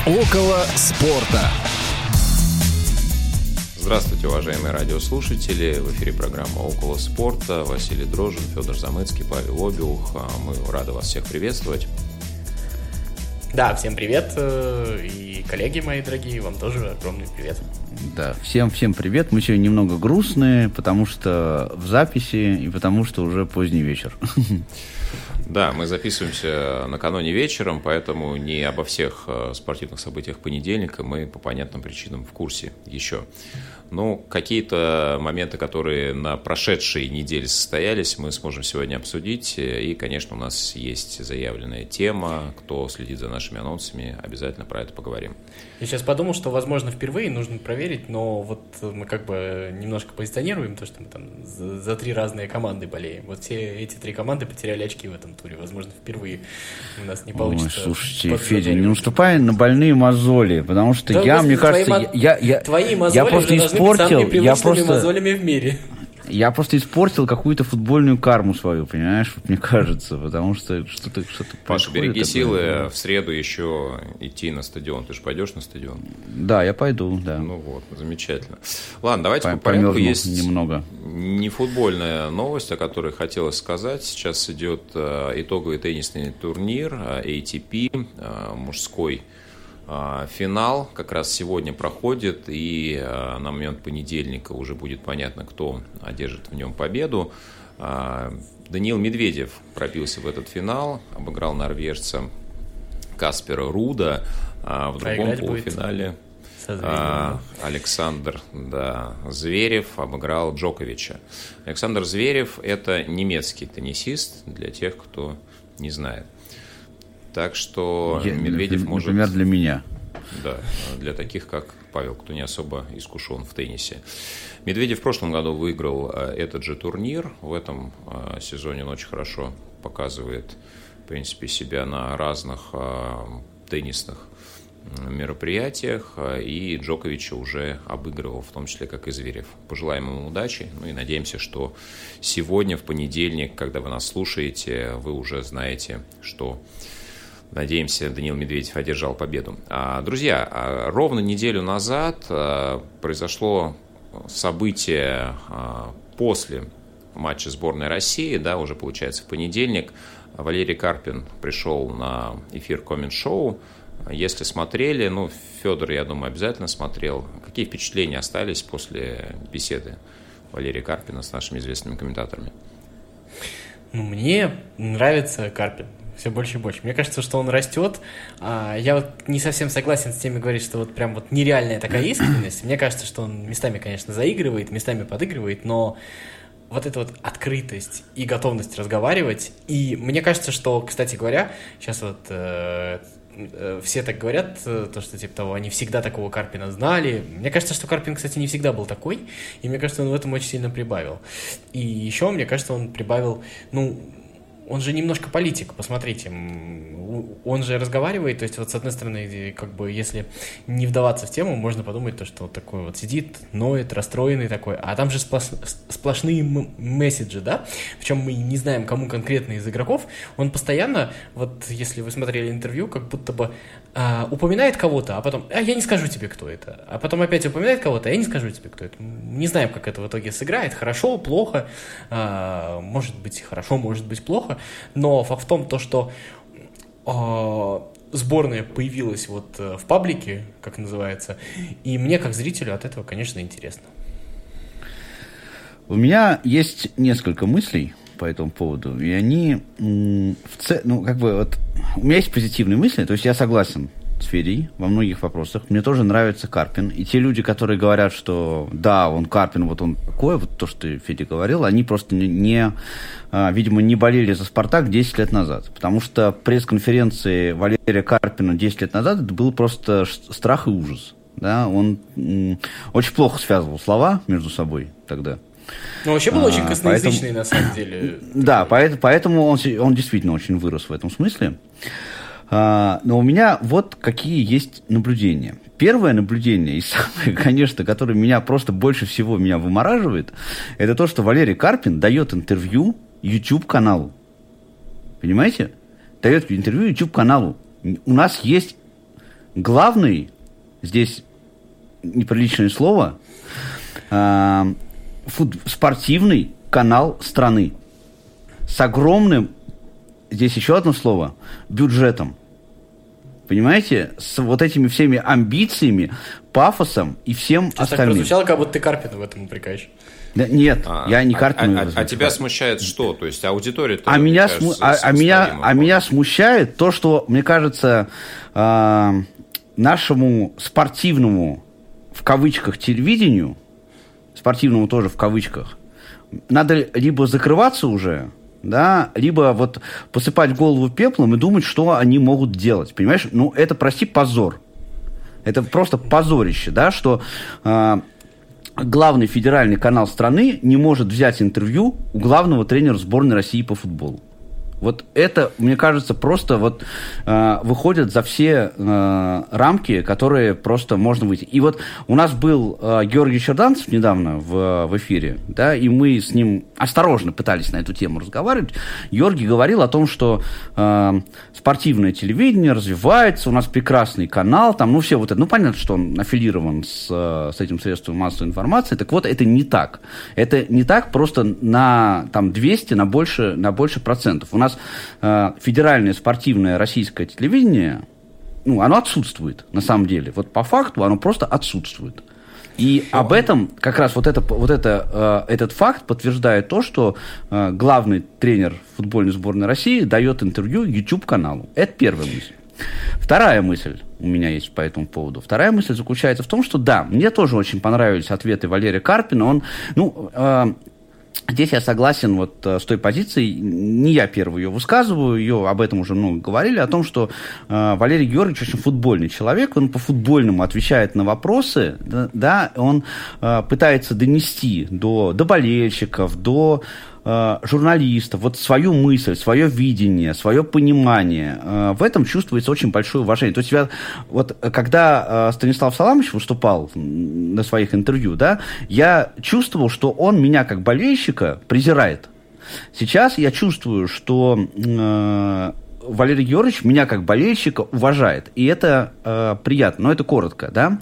Около спорта. Здравствуйте, уважаемые радиослушатели. В эфире программа «Около спорта». Василий Дрожжин, Федор Замыцкий, Павел Обиух. Мы рады вас всех приветствовать. Да, всем привет. И коллеги мои дорогие, вам тоже огромный привет. Да, всем привет. Мы сегодня немного грустные, потому что в записи и потому что уже поздний вечер. Да, мы записываемся накануне вечером, поэтому не обо всех спортивных событиях понедельника мы по понятным причинам в курсе еще. Ну, какие-то моменты, которые на прошедшей неделе состоялись, мы сможем сегодня обсудить. И, конечно, у нас есть заявленная тема. Кто следит за нашими анонсами, обязательно про это поговорим. Я сейчас подумал, что, возможно, впервые нужно проверить, но вот мы как бы немножко позиционируем то, что мы там за три разные команды болеем. Вот все эти три команды потеряли очки в этом туре. Возможно, впервые у нас не получится. Ой, слушайте, Федя, не наступай на больные мозоли, потому что да, мне кажется, твои мозоли я просто уже испортил, самыми привычными мозолями в мире. Я просто испортил какую-то футбольную карму свою, понимаешь, мне кажется, потому что что-то Паша, береги силы, в среду еще идти на стадион. Ты же пойдешь на стадион? Да, я пойду, да. Ну вот, замечательно. Ладно, давайте по порядку. Есть немного не футбольная новость, о которой хотелось сказать. Сейчас идет итоговый теннисный турнир ATP, мужской. Финал как раз сегодня проходит, и на момент понедельника уже будет понятно, кто одержит в нем победу. Даниил Медведев пробился в этот финал, обыграл норвежца Каспера Руда. В другом полуфинале Александр Зверев обыграл Джоковича. Александр Зверев – это немецкий теннисист, для тех, кто не знает. Так что Медведев может... Например, для меня. Да, для таких, как Павел, кто не особо искушен в теннисе. Медведев в прошлом году выиграл этот же турнир. В этом сезоне он очень хорошо показывает, в принципе, себя на разных теннисных мероприятиях. И Джоковича уже обыгрывал, в том числе, как и Зверев. Пожелаем ему удачи. Ну и надеемся, что сегодня, в понедельник, когда вы нас слушаете, вы уже знаете, что... Надеемся, Даниил Медведев одержал победу. Друзья, ровно неделю назад произошло событие после матча сборной России, да, уже получается в понедельник. Валерий Карпин пришел на эфир коммент-шоу. Если смотрели, Федор, я думаю, обязательно смотрел. Какие впечатления остались после беседы Валерия Карпина с нашими известными комментаторами? Мне нравится Карпин. Все больше и больше. Мне кажется, что он растет. Я вот не совсем согласен с теми, говорит, что вот прям вот нереальная такая искренность. Мне кажется, что он местами, конечно, заигрывает, местами подыгрывает, но вот эта вот открытость и готовность разговаривать. И мне кажется, что, кстати говоря, сейчас вот все так говорят, то, что типа того, они всегда такого Карпина знали. Мне кажется, что Карпин, кстати, не всегда был такой, и мне кажется, он в этом очень сильно прибавил. И еще, мне кажется, он прибавил, он же немножко политик, посмотрите, он же разговаривает, то есть вот с одной стороны, как бы если не вдаваться в тему, можно подумать, то, что вот такой вот сидит, ноет, расстроенный такой, а там же сплошные месседжи, да, причем мы не знаем, кому конкретно из игроков, он постоянно, вот если вы смотрели интервью, как будто бы упоминает кого-то, а потом, я не скажу тебе, кто это, а потом опять упоминает кого-то, я не скажу тебе, кто это, не знаем, как это в итоге сыграет, хорошо, плохо, может быть хорошо, может быть плохо, но факт в том, что сборная появилась вот в паблике, как называется, и мне, как зрителю, от этого, конечно, интересно. У меня есть несколько мыслей по этому поводу, и они у меня есть позитивные мысли, то есть я согласен с Федей во многих вопросах. Мне тоже нравится Карпин. И те люди, которые говорят, что да, он Карпин, вот он такой, вот то, что Федя говорил, они просто видимо, не болели за «Спартак» 10 лет назад. Потому что пресс-конференции Валерия Карпина 10 лет назад это был просто страх и ужас. Да? Он очень плохо связывал слова между собой тогда. Ну, вообще был очень косноязычный, на самом деле. Да, поэтому он действительно очень вырос в этом смысле. Но у меня вот какие есть наблюдения. Первое наблюдение, и самое, конечно, которое меня просто больше всего вымораживает, это то, что Валерий Карпин дает интервью YouTube-каналу. Понимаете? Дает интервью YouTube-каналу. У нас есть главный, здесь неприличное слово, спортивный канал страны с огромным, здесь еще одно слово, бюджетом. Понимаете? С вот этими всеми амбициями, пафосом и всем остальным. Так прозвучало, как будто ты Карпина в этом упрекаешь. Да, нет, я не Карпина. А тебя смущает что? То есть аудитория-то... Меня смущает то, что, мне кажется, нашему спортивному, в кавычках, телевидению, спортивному тоже в кавычках, надо либо закрываться уже, да, либо вот посыпать голову пеплом и думать, что они могут делать. Понимаешь? Ну, это, прости, позор. Это просто позорище, да, что главный федеральный канал страны не может взять интервью у главного тренера сборной России по футболу. Вот это, мне кажется, просто вот выходит за все рамки, которые просто можно выйти. И вот у нас был Георгий Черданцев недавно в эфире, да, и мы с ним осторожно пытались на эту тему разговаривать. Георгий говорил о том, что спортивное телевидение развивается, у нас прекрасный канал, там, ну, все вот это, ну, понятно, что он аффилирован с этим средством массовой информации, так вот, это не так. Это не так просто на там 200, на больше процентов. У нас федеральное спортивное российское телевидение, ну, оно отсутствует, на самом деле. Вот по факту оно просто отсутствует. И об этом как раз этот факт подтверждает то, что главный тренер футбольной сборной России дает интервью YouTube-каналу. Это первая мысль. Вторая мысль у меня есть по этому поводу. Вторая мысль заключается в том, что да, мне тоже очень понравились ответы Валерия Карпина. Он, здесь я согласен вот с той позицией, не я первый ее высказываю, об этом уже много говорили, о том, что Валерий Георгиевич очень футбольный человек, он по-футбольному отвечает на вопросы, да, он пытается донести до болельщиков, до журналистов, вот свою мысль, свое видение, свое понимание. В этом чувствуется очень большое уважение. То есть, вот, когда Станислав Саламович выступал на своих интервью, да, я чувствовал, что он меня как болельщика презирает. Сейчас я чувствую, что Валерий Георгиевич меня как болельщика уважает. И это приятно, но это коротко, да.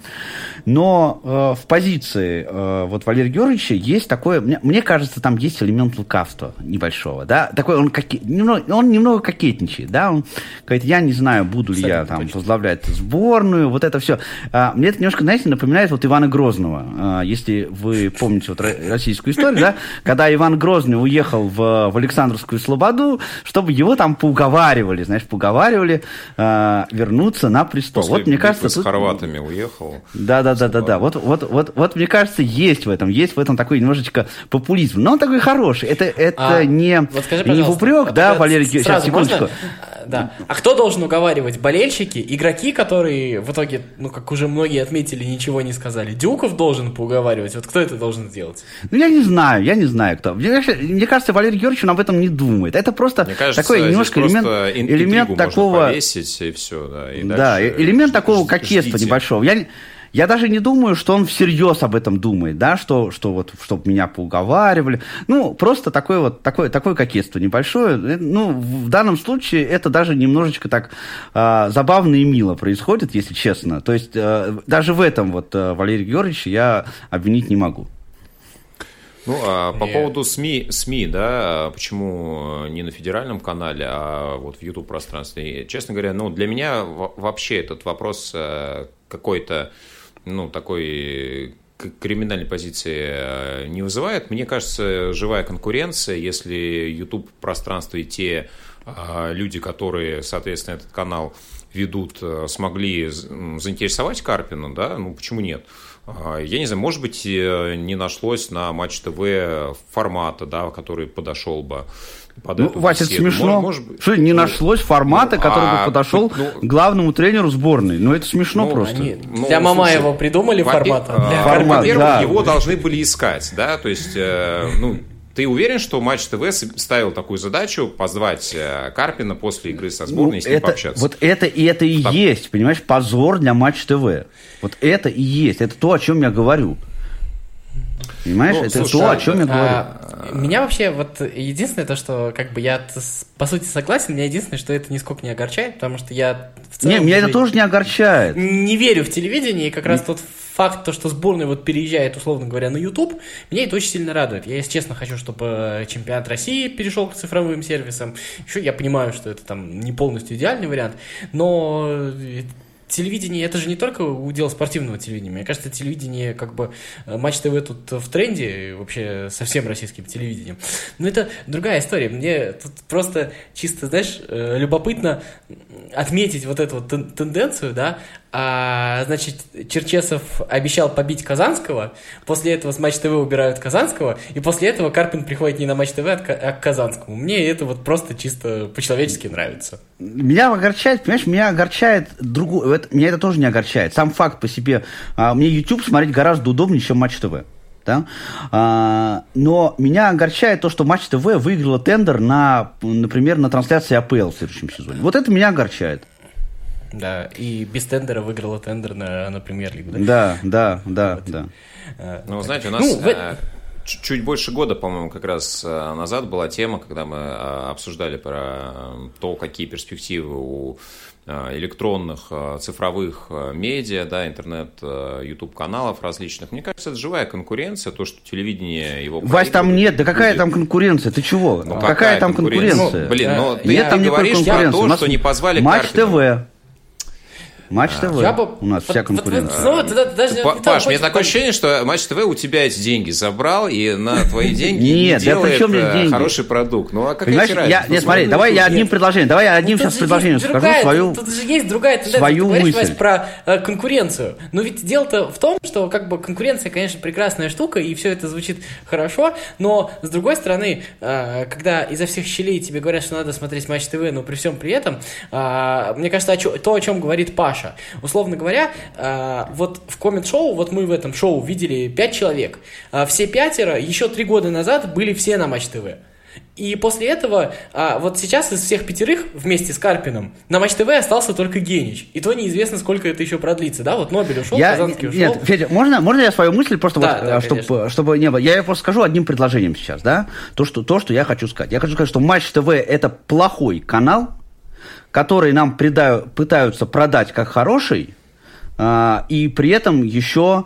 Но в позиции вот Валерия Георгиевича есть такое, мне кажется, там есть элемент лукавства небольшого, да. Такой он немного кокетничает, да. Он говорит, я не знаю, буду ли я там возглавлять сборную, вот это все. Мне это немножко, знаете, напоминает вот Ивана Грозного. Если вы помните вот российскую историю, да, когда Иван Грозный уехал в Александровскую Слободу, чтобы его там поуговаривали вернуться на престол. После вот мне кажется, с хорватами уехал. Да. Вот мне кажется, есть в этом такой немножечко популизм. Но он такой хороший. Это не в упрек, да, Валерий Георгиевич, сейчас, секундочку. Да. А кто должен уговаривать? Болельщики, игроки, которые в итоге, ну, как уже многие отметили, ничего не сказали. Дюков должен поуговаривать. Вот кто это должен сделать? Ну, я не знаю, кто. Мне кажется, Валерий Георгиевич, он об этом не думает. Это просто такой немножко элемент такого... повесить, и все, да. И да, элемент такого кокетства небольшого. Я даже не думаю, что он всерьез об этом думает, да, что вот, чтобы меня поуговаривали. Ну, просто такое кокетство небольшое. Ну, в данном случае это даже немножечко так забавно и мило происходит, если честно. То есть даже в этом вот Валерия Георгиевича я обвинить не могу. Ну, по поводу СМИ, да, почему не на федеральном канале, а вот в YouTube-пространстве. Честно говоря, ну, для меня вообще этот вопрос какой-то, ну, такой криминальной позиции не вызывает. Мне кажется, живая конкуренция, если YouTube-пространство и те люди, которые, соответственно, этот канал ведут, смогли заинтересовать Карпина, да, ну, почему нет? Я не знаю, может быть, не нашлось на Матч ТВ формата, да, который подошел бы под эту Вася, это смешно. Может, что не нашлось формата, который бы подошел главному тренеру сборной. Ну, это смешно просто. Для Мамаева придумали формат. Во-первых, да. его должны были искать, да, то есть, ну, ты уверен, что Матч ТВ ставил такую задачу позвать Карпина после игры со сборной и с ним пообщаться? Вот это и есть, понимаешь, позор для Матч ТВ. Вот это и есть, это то, о чем я говорю. Понимаешь, Ну, это слушай, то, о чем я говорю. Меня вообще, вот единственное то, что как бы я по сути согласен, меня единственное, что это нисколько не огорчает, потому что я в целом... Не, меня это тоже не огорчает. Не верю в телевидение, и как раз тот факт, то, что сборная вот переезжает, условно говоря, на YouTube, меня это очень сильно радует. Я, если честно, хочу, чтобы чемпионат России перешел к цифровым сервисам. Еще я понимаю, что это там не полностью идеальный вариант, но телевидение, это же не только удел спортивного телевидения. Мне кажется, телевидение, как бы, Матч ТВ тут в тренде, вообще со всем российским телевидением. Но это другая история. Мне тут просто чисто, знаешь, любопытно отметить вот эту вот тенденцию, да. Значит, Черчесов обещал побить Казанского, после этого с Матч ТВ убирают Казанского, и после этого Карпин приходит не на Матч ТВ, а к Казанскому. Мне это вот просто чисто по-человечески нравится. Меня огорчает, понимаешь, меня огорчает другое. Меня это тоже не огорчает. Сам факт по себе. Мне YouTube смотреть гораздо удобнее, чем Матч ТВ. Да? Но меня огорчает то, что Матч ТВ выиграла тендер на, например, на трансляции АПЛ в следующем сезоне. Вот это меня огорчает. Да, и без тендера выиграла тендер на Премьер-лигу. Да? Да. Ну, знаете, у нас чуть больше года, по-моему, как раз назад была тема, когда мы обсуждали про то, какие перспективы у электронных, цифровых медиа, да, интернет, YouTube-каналов различных. Мне кажется, это живая конкуренция, то, что телевидение его... Вась, там нет, да какая там конкуренция? Ты чего? Ну, какая там конкуренция? Ну, блин, но нет, ты говоришь про то, что не позвали Матч Карпина. ТВ. Матч ТВ. У нас вся конкуренция. Паш, мне такое ощущение, что Матч ТВ у тебя эти деньги забрал и на твои деньги нет, делает хороший продукт. Ну, а какая разница? Нет, смотри, давай я одним предложением. Давай я одним сейчас предложением скажу свою. Тут же есть другая тенденция. Свою ты говоришь, мысль. Вась, про конкуренцию. Но ведь дело-то в том, что как бы конкуренция, конечно, прекрасная штука, и все это звучит хорошо, но с другой стороны, когда изо всех щелей тебе говорят, что надо смотреть Матч ТВ, но при всем при этом, мне кажется, то, о чем говорит Паша. Условно говоря, вот в коммент-шоу, вот мы в этом шоу видели 5 человек. Все 5 еще 3 года назад были все на Матч ТВ. И после этого, вот сейчас из всех 5 вместе с Карпиным на Матч ТВ остался только Генич. И то неизвестно, сколько это еще продлится. Да, вот Нобель ушел, Казанский ушел. Нет, Федя, можно я свою мысль просто, да, чтобы не было. Я ее просто скажу одним предложением сейчас, да? То, что я хочу сказать. Я хочу сказать, что Матч ТВ это плохой канал, который нам пытаются продать как хороший, и при этом еще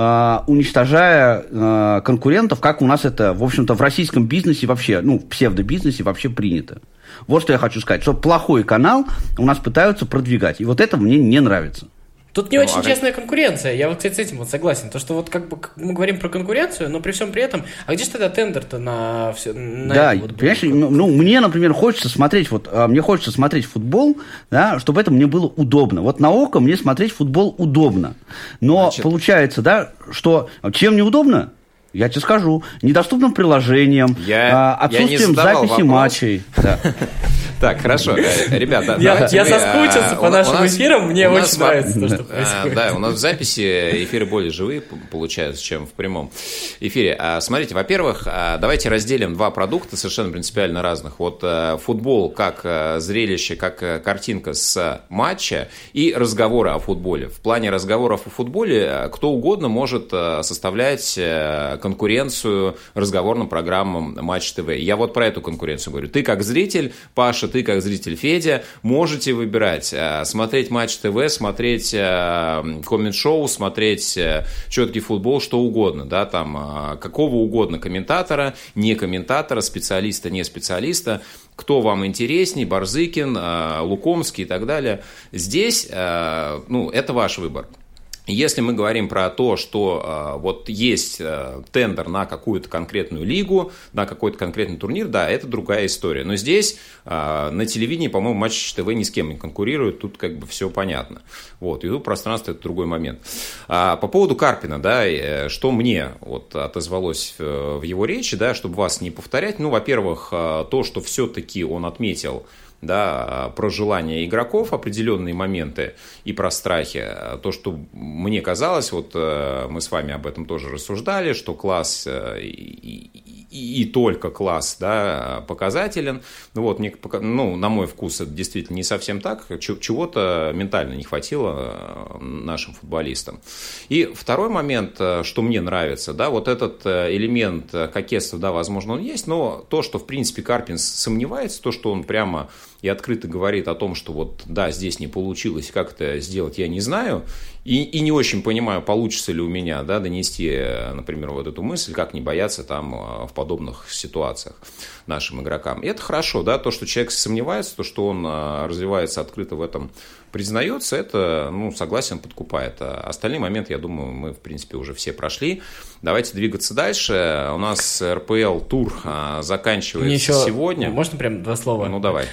уничтожая конкурентов, как у нас это, в общем-то, в российском бизнесе вообще, ну, в псевдобизнесе вообще принято. Вот что я хочу сказать, что плохой канал у нас пытаются продвигать, и вот это мне не нравится. Тут не очень честная конкуренция. Я вот, кстати, с этим вот согласен. То, что вот как бы мы говорим про конкуренцию, но при всем при этом, а где же тогда тендер-то на все? Да, вот, понимаешь, мне, например, хочется смотреть футбол, да, чтобы это мне было удобно. Вот на око мне смотреть футбол удобно. Но получается, да, что чем неудобно? Я тебе скажу, недоступным приложением, отсутствием записи матчей. Да. Так, хорошо, ребята. Я соскучился по нашим эфирам, мне очень нравится то, что происходит. Да, у нас в записи эфиры более живые получаются, чем в прямом эфире. Смотрите, во-первых, давайте разделим два продукта совершенно принципиально разных. Вот футбол как зрелище, как картинка с матча и разговоры о футболе. В плане разговоров о футболе кто угодно может составлять конкуренцию разговорным программам Матч ТВ. Я вот про эту конкуренцию говорю. Ты как зритель, Паша, ты как зритель, Федя, можете выбирать, смотреть Матч ТВ, смотреть коммент-шоу, смотреть четкий футбол, что угодно, да, там, какого угодно комментатора, не комментатора, специалиста, не специалиста, кто вам интересней, Барзыкин, Лукомский и так далее. Здесь, это ваш выбор. Если мы говорим про то, что вот есть тендер на какую-то конкретную лигу, на какой-то конкретный турнир, да, это другая история. Но здесь на телевидении, по-моему, Матч ТВ ни с кем не конкурирует, тут как бы все понятно. Вот, YouTube пространство – это другой момент. По поводу Карпина, да, что мне вот отозвалось в его речи, да, чтобы вас не повторять, во-первых, то, что все-таки он отметил, да, про желания игроков, определенные моменты и про страхи. То, что мне казалось, вот мы с вами об этом тоже рассуждали, что класс и только класс, да, показателен. Вот, мне, ну, на мой вкус, это действительно не совсем так. Чего-то ментально не хватило нашим футболистам. И второй момент, что мне нравится, да, вот этот элемент кокетства, да, возможно, он есть, но то, что, в принципе, Карпин сомневается, то, что он прямо и открыто говорит о том, что вот, да, здесь не получилось, как это сделать, я не знаю, и не очень понимаю, получится ли у меня, да, донести, например, вот эту мысль, как не бояться там в подобных ситуациях нашим игрокам. И это хорошо, да, то, что человек сомневается, то, что он развивается открыто в этом, признается, это, ну, согласен, подкупает. А остальные моменты, я думаю, мы, в принципе, уже все прошли. Давайте двигаться дальше. У нас РПЛ тур заканчивается еще сегодня. Можно прям два слова? Ну, давай.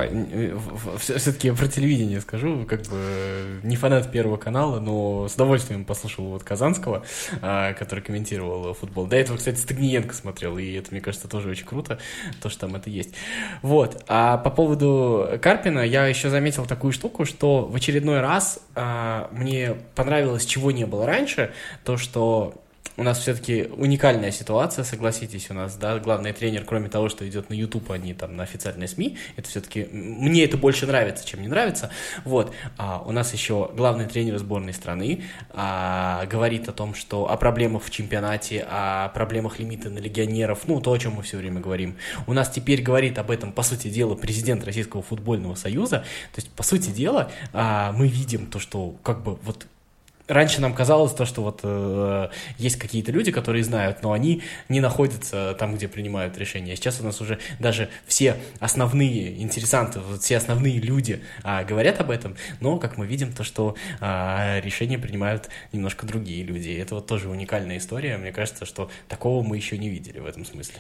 Все-таки про телевидение скажу, как бы не фанат Первого канала, но с удовольствием послушал вот Казанского, который комментировал футбол. До этого, кстати, Стагниенко смотрел, и это, мне кажется, тоже очень круто, то, что там это есть. Вот. А по поводу Карпина я еще заметил такую штуку, что в очередной раз мне понравилось, чего не было раньше, то, что у нас все-таки уникальная ситуация, согласитесь, у нас, да, главный тренер, кроме того, что идет на YouTube, а не там на официальные СМИ, это все-таки, мне это больше нравится, чем не нравится, вот, у нас еще главный тренер сборной страны говорит о том, что о проблемах в чемпионате, о проблемах лимита на легионеров, ну, то, о чем мы все время говорим. У нас теперь говорит об этом, по сути дела, президент Российского футбольного союза, то есть, по сути дела, мы видим то, что, как бы, вот, раньше нам казалось то, что вот есть какие-то люди, которые знают, но они не находятся там, где принимают решения. Сейчас у нас уже даже все основные интересанты, все основные люди говорят об этом, но, как мы видим, то, что решения принимают немножко другие люди. И это вот тоже уникальная история. Мне кажется, что такого мы еще не видели в этом смысле.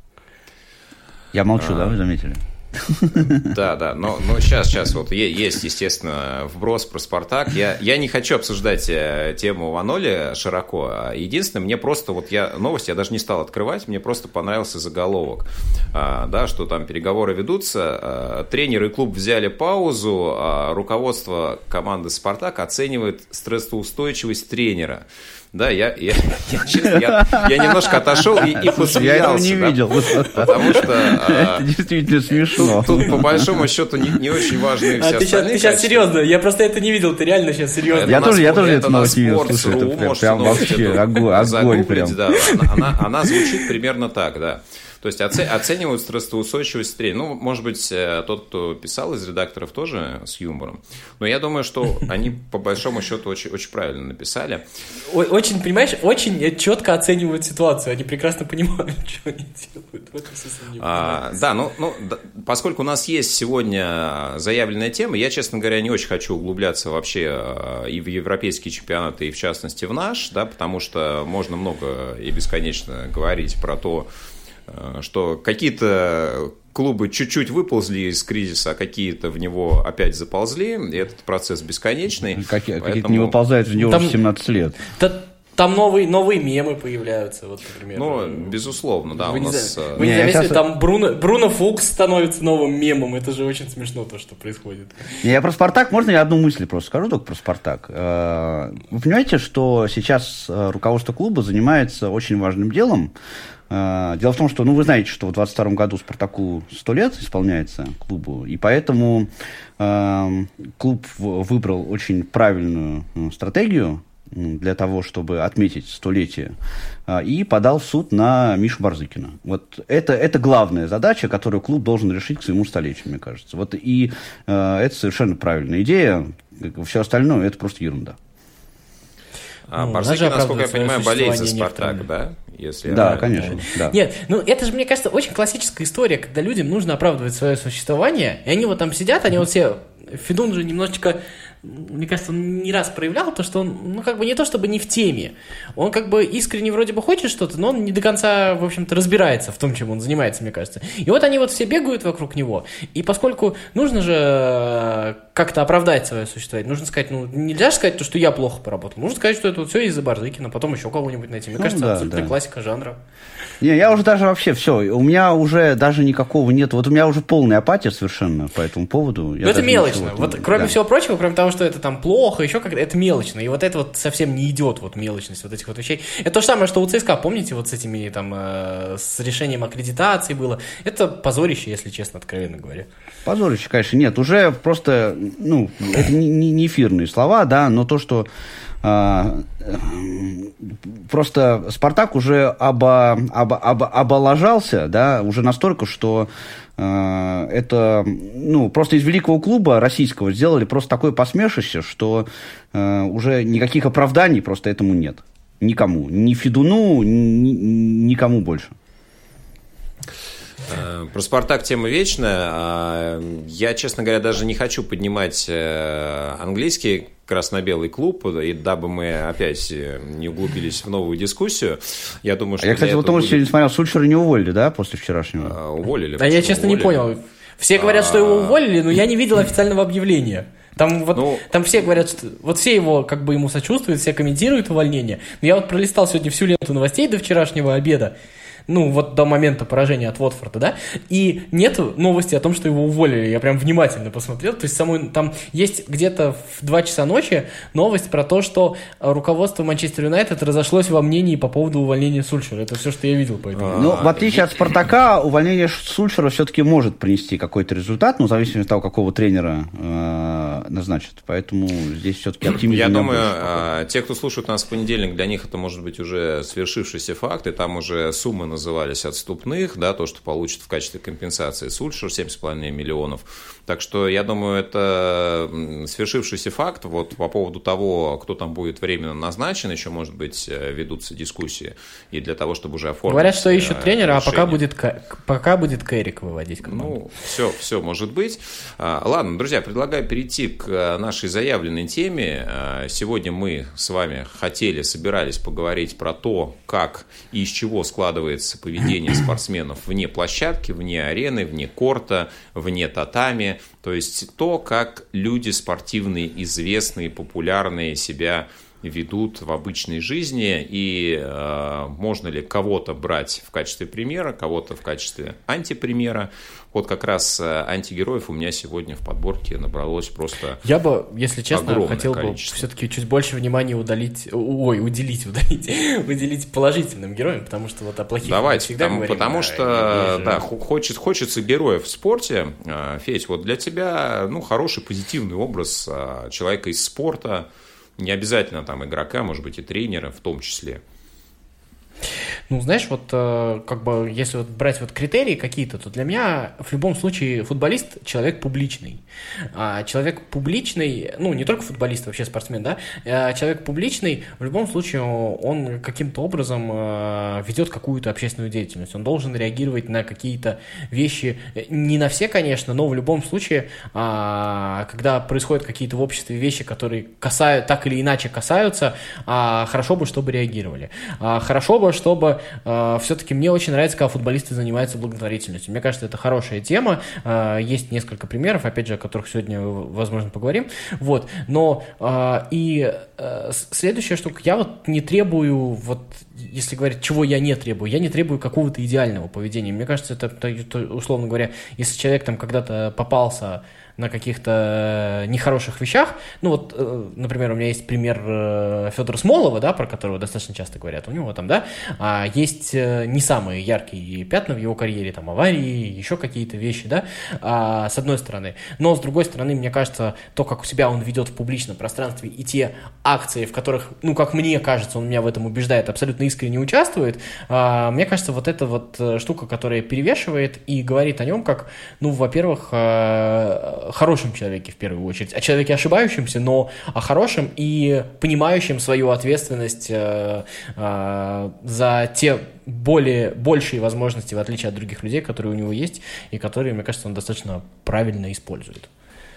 Я молчу, да, вы заметили? Да, но сейчас вот есть, естественно, вброс про «Спартак». Я не хочу обсуждать тему Ваноли широко. Единственное, мне просто, вот новость я даже не стал открывать, мне просто понравился заголовок, да, что там переговоры ведутся, тренер и клуб взяли паузу, руководство команды «Спартак» оценивает стрессоустойчивость тренера. Да, я немножко отошел и посмеялся. Я этого не видел. Потому что... Это действительно смешно. Тут, по большому счету, не очень важны все остальные. Ты сейчас серьезно, я просто это не видел, ты реально сейчас серьезно. Я тоже это новость не видел. Слушай, это прям вообще огонь прям. Она звучит примерно так, да. То есть оценивают стрессоустойчивость тренера. Ну, может быть, тот, кто писал из редакторов, тоже с юмором. Но я думаю, что они, по большому счету, очень, очень правильно написали. Очень, понимаешь, очень четко оценивают ситуацию. Они прекрасно понимают, что они делают. В этом смысле не да, поскольку у нас есть сегодня заявленная тема, я, честно говоря, не очень хочу углубляться вообще и в европейские чемпионаты, и в частности в наш, да, потому что можно много и бесконечно говорить про то, что какие-то клубы чуть-чуть выползли из кризиса, а какие-то в него опять заползли, и этот процесс бесконечный. Какие-то не выползают в него уже 17 лет. Там новые мемы появляются, вот, например. Ну, безусловно, да. Вы не заметили, там Бруно Фукс становится новым мемом, это же очень смешно, то, что происходит. Я про «Спартак», можно я одну мысль просто скажу только про «Спартак»? Вы понимаете, что сейчас руководство клуба занимается очень важным делом. Дело в том, что, вы знаете, что в 2022 году «Спартаку» 100 лет исполняется клубу, и поэтому клуб выбрал очень правильную стратегию для того, чтобы отметить 100-летие, и подал в суд на Мишу Барзыкина. Вот это главная задача, которую клуб должен решить к своему 100-летию, мне кажется. Вот и это совершенно правильная идея. Все остальное – это просто ерунда. Барзыкин, насколько я понимаю, болеет за «Спартак», да? Да, конечно. Да. Нет, это же, мне кажется, очень классическая история, когда людям нужно оправдывать свое существование, и они вот там сидят, они вот все... Федун же немножечко, мне кажется, он не раз проявлял то, что он, как бы не то чтобы не в теме. Он как бы искренне вроде бы хочет что-то, но он не до конца, в общем-то, разбирается в том, чем он занимается, мне кажется. И вот они вот все бегают вокруг него. И поскольку нужно же как-то оправдать свое существование. Нужно сказать, нельзя же сказать то, что я плохо поработал. Нужно сказать, что это вот все из-за Барзыкина, потом еще кого-нибудь найти. Мне кажется, абсолютная классика жанра. Не, я уже даже вообще все. У меня уже даже никакого нет. Вот у меня уже полная апатия совершенно по этому поводу. Это мелочно. Вот кроме всего прочего, кроме того, что это там плохо, еще как-то это мелочно. И вот это вот совсем не идет, вот мелочность вот этих вот вещей. Это то же самое, что у ЦСКА, помните, вот с этими там с решением аккредитации было. Это позорище, если честно, откровенно говоря. Позорище, конечно, нет. Уже просто, это не эфирные слова, да, но то, что просто «Спартак» уже облажался, да, уже настолько, что это, просто из великого клуба российского сделали просто такое посмешище, что уже никаких оправданий просто этому нет. Никому. Ни Федуну, никому больше. Про «Спартак» тема вечная. Я, честно говоря, даже не хочу поднимать английский красно-белый клуб, и дабы мы опять не углубились в новую дискуссию, я думаю, что... Я, кстати, вот тоже сегодня смотрел, Сульшера не уволили, да, после вчерашнего? Уволили. А я, честно, не понял. Все говорят, что его уволили, но я не видел официального объявления. Там все говорят, что вот все его как бы ему сочувствуют, все комментируют увольнение. Но я вот пролистал сегодня всю ленту новостей до вчерашнего обеда. Вот до момента поражения от Уотфорда, да, и нет новости о том, что его уволили. Я прям внимательно посмотрел, то есть там есть где-то в 2 часа ночи новость про то, что руководство Манчестер Юнайтед разошлось во мнении по поводу увольнения Сульшера. Это все, что я видел по этому. В отличие от «Спартака», увольнение Сульшера все-таки может принести какой-то результат, в зависимости от того, какого тренера назначат. Поэтому здесь все-таки оптимизм. Я думаю, те, кто слушает нас в понедельник, для них это может быть уже свершившийся факт, и там уже суммы назывались отступных, да, то, что получит в качестве компенсации Сульшер 7,5 миллионов. Так что, я думаю, это свершившийся факт. Вот по поводу того, кто там будет временно назначен, еще, может быть, ведутся дискуссии. И для того, чтобы уже оформить... Говорят, что ищут тренера, решение. пока будет Кэррик выводить команду. Все может быть. Ладно, друзья, предлагаю перейти к нашей заявленной теме. Сегодня мы с вами собирались поговорить про то, как и из чего складывается поведение спортсменов вне площадки, вне арены, вне корта, вне татами. То есть то, как люди спортивные, известные, популярные себя ведут в обычной жизни, и можно ли кого-то брать в качестве примера, кого-то в качестве антипримера. Вот как раз антигероев у меня сегодня в подборке набралось просто Я бы, если честно, хотел количество. бы все-таки чуть больше внимания уделить положительным героям, потому что вот о плохих давайте, всегда говорим. Потому что, да, хочется героев в спорте. Федь, вот для тебя, хороший позитивный образ человека из спорта, не обязательно там игрока, может быть, и тренера в том числе. Знаешь, вот как бы если вот брать вот критерии какие-то, то для меня в любом случае футболист – человек публичный. А человек публичный, не только футболист, вообще спортсмен, да, человек публичный, в любом случае он каким-то образом ведет какую-то общественную деятельность. Он должен реагировать на какие-то вещи, не на все, конечно, но в любом случае, когда происходят какие-то в обществе вещи, которые так или иначе касаются, хорошо бы, чтобы реагировали. Хорошо бы, чтобы все-таки мне очень нравится, когда футболисты занимаются благотворительностью. Мне кажется, это хорошая тема. Есть несколько примеров, опять же, о которых сегодня, возможно, поговорим. Вот. Но следующая штука. Я вот не требую, если говорить, чего я не требую какого-то идеального поведения. Мне кажется, это условно говоря, если человек там когда-то попался на каких-то нехороших вещах. Например, у меня есть пример Федора Смолова, да, про которого достаточно часто говорят. У него там, да, есть не самые яркие пятна в его карьере, там, аварии, еще какие-то вещи, да, с одной стороны. Но, с другой стороны, мне кажется, то, как себя он ведет в публичном пространстве и те акции, в которых, как мне кажется, он меня в этом убеждает, абсолютно искренне участвует, мне кажется, вот эта вот штука, которая перевешивает и говорит о нем как, во-первых, хорошем человеке в первую очередь, о человеке ошибающемся, но о хорошем и понимающем свою ответственность за те большие возможности, в отличие от других людей, которые у него есть, и которые, мне кажется, он достаточно правильно использует.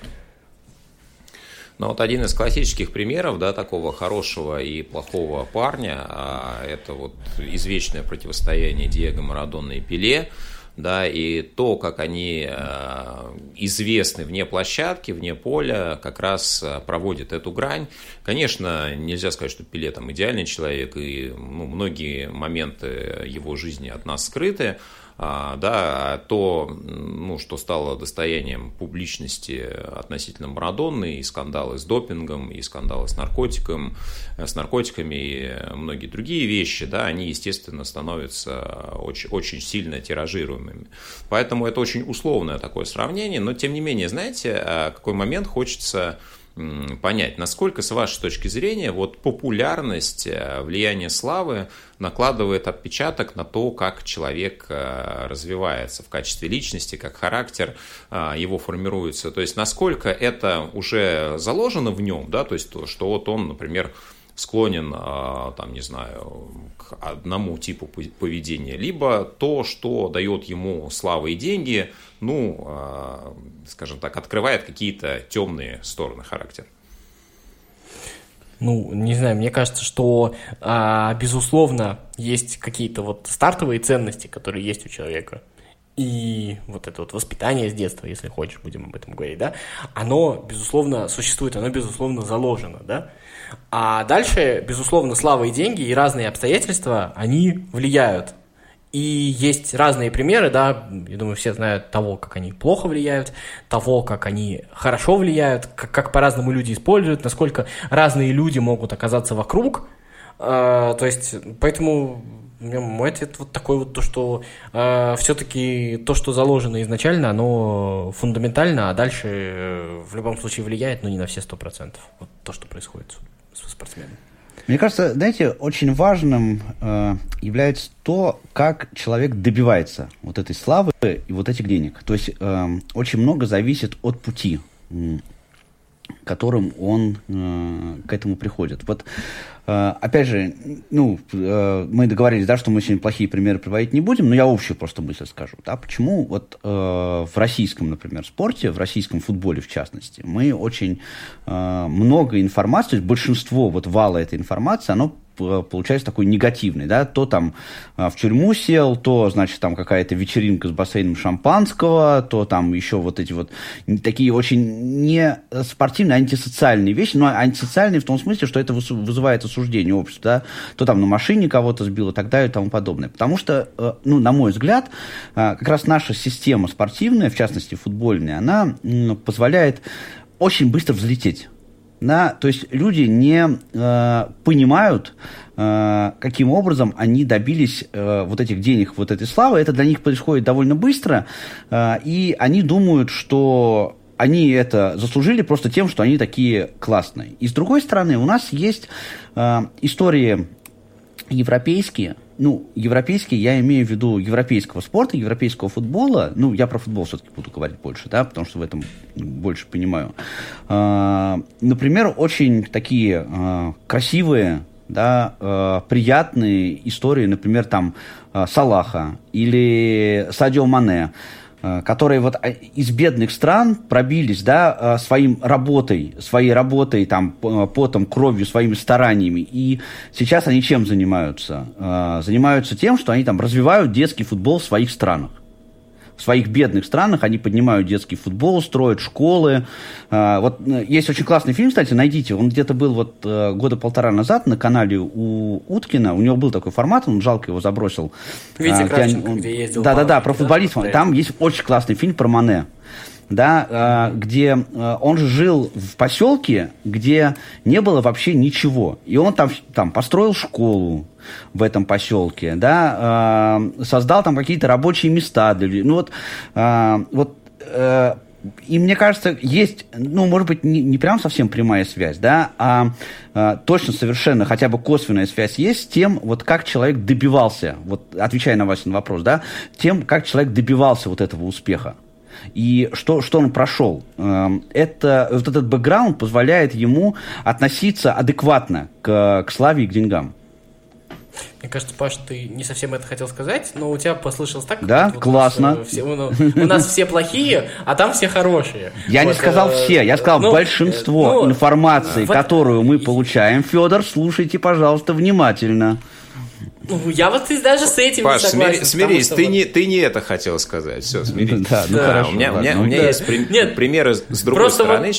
Один из классических примеров, да, такого хорошего и плохого парня, это вот извечное противостояние Диего Марадоны и Пеле. да, и то, как они известны вне площадки, вне поля, как раз проводит эту грань. Конечно, нельзя сказать, что Пеле там идеальный человек, и многие моменты его жизни от нас скрыты. Да, то, что стало достоянием публичности относительно Марадонны, и скандалы с допингом, и скандалы с наркотиками, и многие другие вещи, да, они, естественно, становятся очень, очень сильно тиражируемыми. Поэтому это очень условное такое сравнение, но, тем не менее, знаете, какой момент хочется понять, насколько, с вашей точки зрения, вот популярность, влияние славы накладывает отпечаток на то, как человек развивается в качестве личности, как характер его формируется. То есть, насколько это уже заложено в нем, да, то есть, что вот он, например, склонен, там, не знаю, к одному типу поведения, либо то, что дает ему слава и деньги, скажем так, открывает какие-то темные стороны характера. Не знаю, мне кажется, что, безусловно, есть какие-то вот стартовые ценности, которые есть у человека. И вот это вот воспитание с детства, если хочешь, будем об этом говорить, да, оно, безусловно, существует, оно, безусловно, заложено, да. А дальше, безусловно, слава и деньги и разные обстоятельства, они влияют. И есть разные примеры, да, я думаю, все знают того, как они плохо влияют, того, как они хорошо влияют, как по-разному люди используют, насколько разные люди могут оказаться вокруг. То есть, поэтому мой ответ вот такой вот, то, что все-таки то, что заложено изначально, оно фундаментально, а дальше в любом случае влияет, но не на все 100%. Вот то, что происходит с спортсменом. Мне кажется, знаете, очень важным является то, как человек добивается вот этой славы и вот этих денег. То есть очень много зависит от пути, которым он к этому приходит. Вот, опять же, мы договорились, да, что мы сегодня плохие примеры приводить не будем, но я общую просто мысль скажу. Да, почему вот в российском, например, спорте, в российском футболе в частности, мы очень много информации, то есть большинство вот вала этой информации, оно получается такой негативный, да, то там в тюрьму сел, то, значит, там какая-то вечеринка с бассейном шампанского, то там еще вот эти вот такие очень не спортивные, антисоциальные вещи, но антисоциальные в том смысле, что это вызывает осуждение общества, да, то там на машине кого-то сбил и так далее и тому подобное. Потому что, на мой взгляд, как раз наша система спортивная, в частности футбольная, она позволяет очень быстро взлететь. Да, то есть люди не понимают, каким образом они добились вот этих денег, вот этой славы. Это для них происходит довольно быстро, и они думают, что они это заслужили просто тем, что они такие классные. И с другой стороны, у нас есть истории европейские, европейские, я имею в виду европейского спорта, европейского футбола, я про футбол все-таки буду говорить больше, да, потому что в этом больше понимаю. Например, очень такие красивые, да, приятные истории, например, там Салаха или Садио Мане, которые вот из бедных стран пробились, да, своей работой, там, потом, кровью, своими стараниями. И сейчас они чем занимаются? Занимаются тем, что они там развивают детский футбол в своих странах. В своих бедных странах они поднимают детский футбол, строят школы. Вот есть очень классный фильм, кстати, найдите. Он где-то был вот года полтора назад на канале у Уткина. У него был такой формат, он жалко его забросил. Витя Кравченко, где ездил. Да, про футболиста. Да? Там есть очень классный фильм про Мане. Да, где он же жил в поселке, где не было вообще ничего. И он там построил школу в этом поселке, да, создал там какие-то рабочие места для людей. И мне кажется, есть, может быть, не прям совсем прямая связь, да, а точно совершенно хотя бы косвенная связь есть с тем, вот как человек добивался, вот отвечая на Васин вопрос, да, тем, как человек добивался вот этого успеха. И что он прошел. Вот этот бэкграунд позволяет ему относиться адекватно к славе и к деньгам. Мне кажется, Паш, ты не совсем это хотел сказать, но у тебя послышалось так, да, вот классно. У нас все плохие, а там все хорошие. Я не сказал все, я сказал большинство информации, которую мы получаем. Федор, слушайте, пожалуйста, внимательно. Ну, я вот даже с этим Паш, не согласен. смирись, ты не это хотел сказать. Все, смирись. Да, ну хорошо. У меня есть примеры с другой стороны.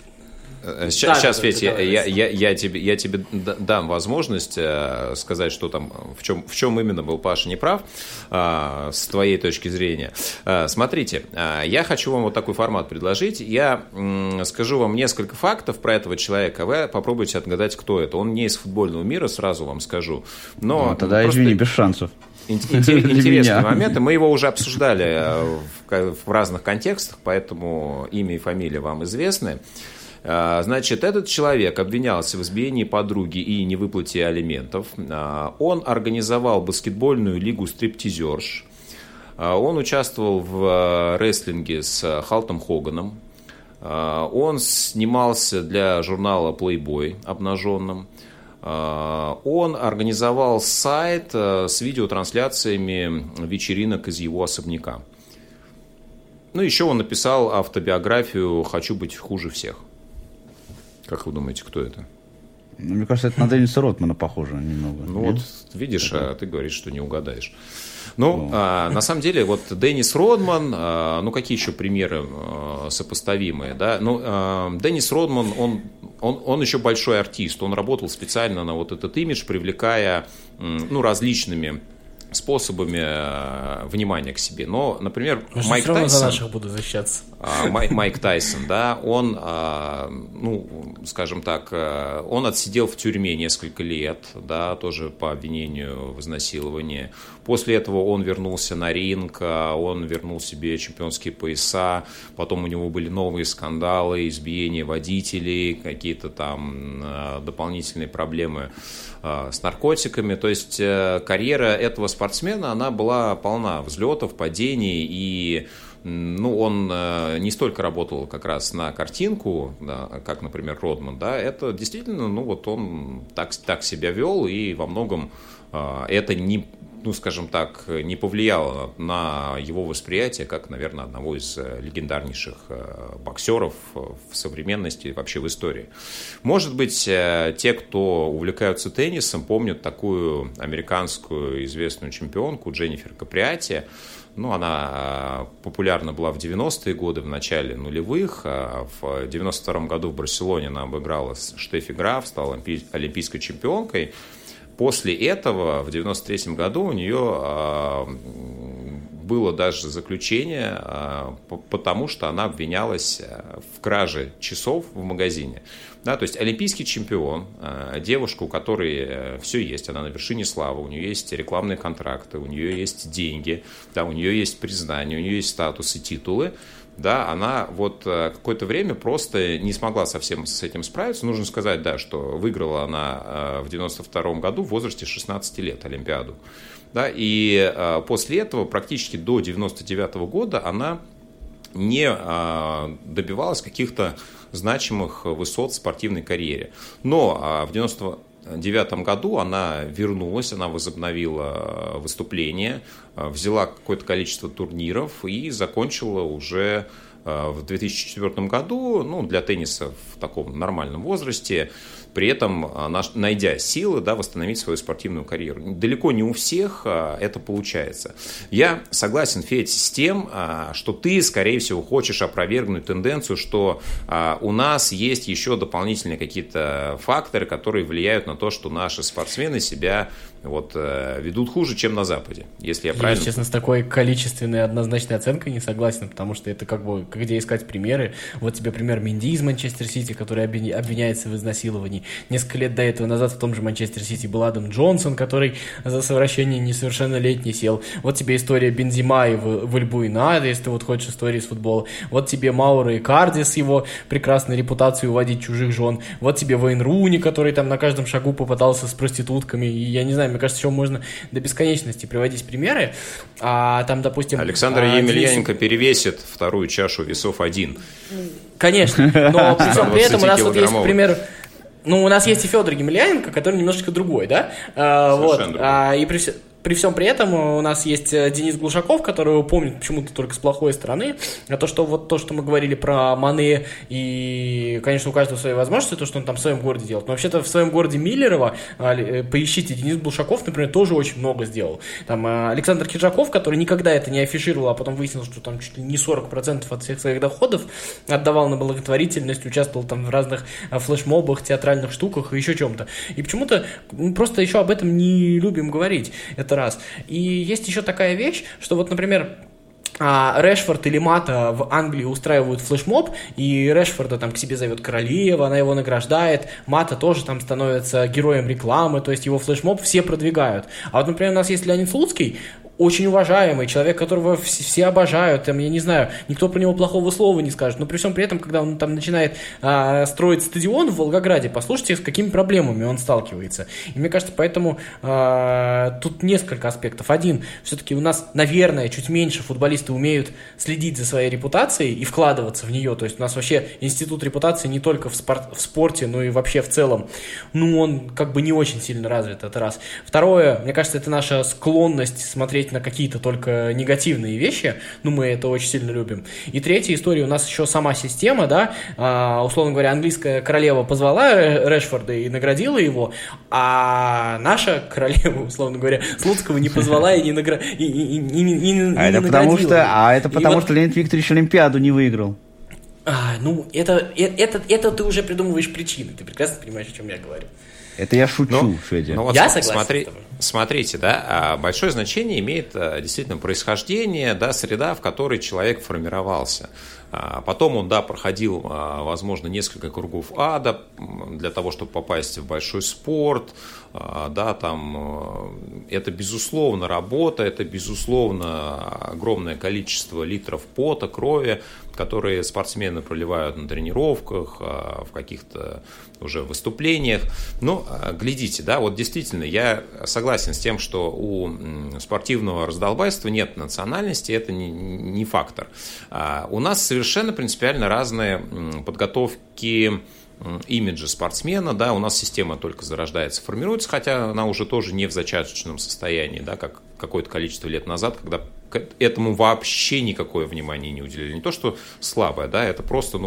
Сейчас, Федь, я тебе дам возможность сказать, что там, в чем именно был Паша неправ, с твоей точки зрения. Смотрите, я хочу вам вот такой формат предложить. Я скажу вам несколько фактов про этого человека, вы попробуйте отгадать, кто это. Он не из футбольного мира, сразу вам скажу. Но тогда, извини, без шансов. Интересные моменты. Мы его уже обсуждали в разных контекстах, поэтому имя и фамилия вам известны. Значит, этот человек обвинялся в избиении подруги и невыплате алиментов. Он организовал баскетбольную лигу стриптизерш. Он участвовал в рестлинге с Халтом Хоганом. Он снимался для журнала Playboy обнаженным. Он организовал сайт с видеотрансляциями вечеринок из его особняка. Ну, еще он написал автобиографию «Хочу быть хуже всех». Как вы думаете, кто это? Ну, мне кажется, это на Денниса Родмана похоже немного. Ну вот, видишь, ты говоришь, что не угадаешь. Ну, на самом деле, вот Деннис Родман, ну, какие еще примеры сопоставимые, да? Ну, Деннис Родман, он еще большой артист, он работал специально на вот этот имидж, привлекая, ну, различными способами внимания к себе. Но, например, Майк Тайсон... за наших буду защищаться. Майк Тайсон, да, он, ну, скажем так, он отсидел в тюрьме несколько лет, да, тоже по обвинению в изнасиловании. После этого он вернулся на ринг, он вернул себе чемпионские пояса, потом у него были новые скандалы, избиения водителей, какие-то там дополнительные проблемы с наркотиками. То есть карьера этого спортсмена, она была полна взлетов, падений, и ну, он не столько работал как раз на картинку, да, как, например, Родман, да, это действительно, ну, вот он так себя вел, и во многом это не, ну, скажем так, не повлияло на его восприятие, как, наверное, одного из легендарнейших боксеров в современности и вообще в истории. Может быть, те, кто увлекаются теннисом, помнят такую американскую известную чемпионку Дженнифер Каприати. Ну, она популярна была в 90-е годы, в начале нулевых. В 92-м году в Барселоне она обыграла Штеффи Граф, стала олимпийской чемпионкой. После этого, в 93-м году, у нее было даже заключение, потому что она обвинялась в краже часов в магазине. Да, то есть олимпийский чемпион, девушка, у которой все есть, она на вершине славы, у нее есть рекламные контракты, у нее есть деньги, да, у нее есть признание, у нее есть статус и титулы. Да, она вот какое-то время просто не смогла совсем с этим справиться. Нужно сказать, да, что выиграла она в 92-м году в возрасте 16 лет Олимпиаду. Да, и после этого практически до 99-го года она не добивалась каких-то значимых высот в спортивной карьере. Но в 1999 году она вернулась, она возобновила выступления, взяла какое-то количество турниров и закончила уже в 2004 году, ну, для тенниса в таком нормальном возрасте, при этом найдя силы, да, восстановить свою спортивную карьеру. Далеко не у всех это получается. Я согласен, Федь, с тем, что ты, скорее всего, хочешь опровергнуть тенденцию, что у нас есть еще дополнительные какие-то факторы, которые влияют на то, что наши спортсмены себя вот ведут хуже, чем на Западе, если я правильно... честно, с такой количественной однозначной оценкой не согласен, потому что это как бы, где искать примеры. Вот тебе пример Менди из Манчестер Сити, который обвиняется в изнасиловании. Несколько лет до этого назад в том же Манчестер Сити был Адам Джонсон, который за совращение несовершеннолетний сел. Вот тебе история Бензима и Вальбуина, если ты вот хочешь истории из футбола. Вот тебе Мауро Икарди с его прекрасной репутацией уводить чужих жен. Вот тебе Вейн Руни, который там на каждом шагу попадался с проститутками. И я не знаю, мне кажется, еще можно до бесконечности приводить примеры. А там, допустим... Александр Емельяненко перевесит вторую чашу весов один. Конечно, но при всем при этом у нас вот есть пример... Ну, у нас есть и Федор Емельяненко, который немножечко другой, да? Вот. Другой. при всем при этом у нас есть Денис Глушаков, которого помнит почему-то только с плохой стороны. А то, что мы говорили про Мане, и, конечно, у каждого свои возможности, то, что он там в своем городе делает. Но вообще-то в своем городе Миллерово, поищите, Денис Глушаков, например, тоже очень много сделал. Там Александр Киджаков, который никогда это не афишировал, а потом выяснил, что там чуть ли не 40% от всех своих доходов отдавал на благотворительность, участвовал там в разных флешмобах, театральных штуках и еще чем-то. И почему-то просто еще об этом не любим говорить. Это раз. И есть еще такая вещь, что вот, например, Решфорд или Мата в Англии устраивают флешмоб, и Решфорда там к себе зовет королева, она его награждает, Мата тоже там становится героем рекламы, то есть его флешмоб все продвигают. А вот, например, у нас есть Леонид Слуцкий, очень уважаемый, человек, которого все обожают, там, я не знаю, никто про него плохого слова не скажет, но при всем при этом, когда он там начинает строить стадион в Волгограде, послушайте, с какими проблемами он сталкивается. И мне кажется, поэтому тут несколько аспектов. Один, все-таки у нас, наверное, чуть меньше футболисты умеют следить за своей репутацией и вкладываться в нее, то есть у нас вообще институт репутации не только в спорте, но и вообще в целом, он как бы не очень сильно развит, это раз. Второе, мне кажется, это наша склонность смотреть на какие-то только негативные вещи, мы это очень сильно любим. И третья история, у нас еще сама система, да, условно говоря, английская королева позвала Решфорда и наградила его, а наша королева, условно говоря, Слуцкого не позвала и не наградила. Это потому что Леонид Викторович Олимпиаду не выиграл. Это ты уже придумываешь причины, ты прекрасно понимаешь, о чем я говорю. Это я шучу, Федя. Вот я согласен. Смотрите, да, большое значение имеет действительно происхождение, да, среда, в которой человек формировался. Потом он, да, проходил, возможно, несколько кругов ада для того, чтобы попасть в большой спорт, да, там, это, безусловно, работа, это, безусловно, огромное количество литров пота, крови, которые спортсмены проливают на тренировках, в каких-то уже выступлениях. Но глядите, да, вот действительно, я согласен с тем, что у спортивного раздолбайства нет национальности, это не фактор. У нас совершенно принципиально разные подготовки, имиджа спортсмена, да, у нас система только зарождается, формируется, хотя она уже тоже не в зачаточном состоянии, да, как какое-то количество лет назад, когда к этому вообще никакое внимание не уделили. Не то, что слабое, да, это просто,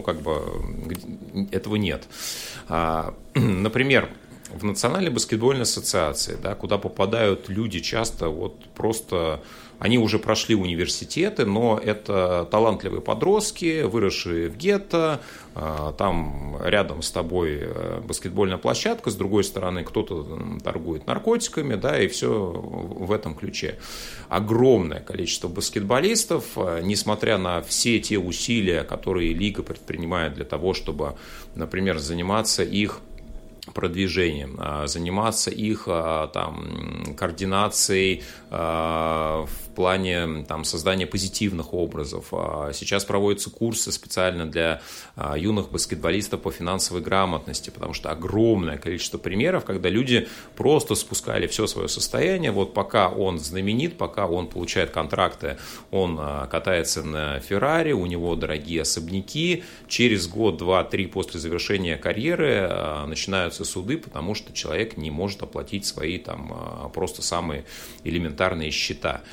этого нет. Например, в Национальной баскетбольной ассоциации, да, куда попадают люди часто просто... Они уже прошли университеты, но это талантливые подростки, выросшие в гетто, там рядом с тобой баскетбольная площадка, с другой стороны кто-то торгует наркотиками, да, и все в этом ключе. Огромное количество баскетболистов, несмотря на все те усилия, которые лига предпринимает для того, чтобы, например, заниматься их продвижением, заниматься их координацией в плане создания позитивных образов. Сейчас проводятся курсы специально для юных баскетболистов по финансовой грамотности, потому что огромное количество примеров, когда люди просто спускали все свое состояние, пока он знаменит, пока он получает контракты, он катается на Феррари, у него дорогие особняки, через год, 2, 3 после завершения карьеры начинаются суды, потому что человек не может оплатить свои просто самые элементарные счета.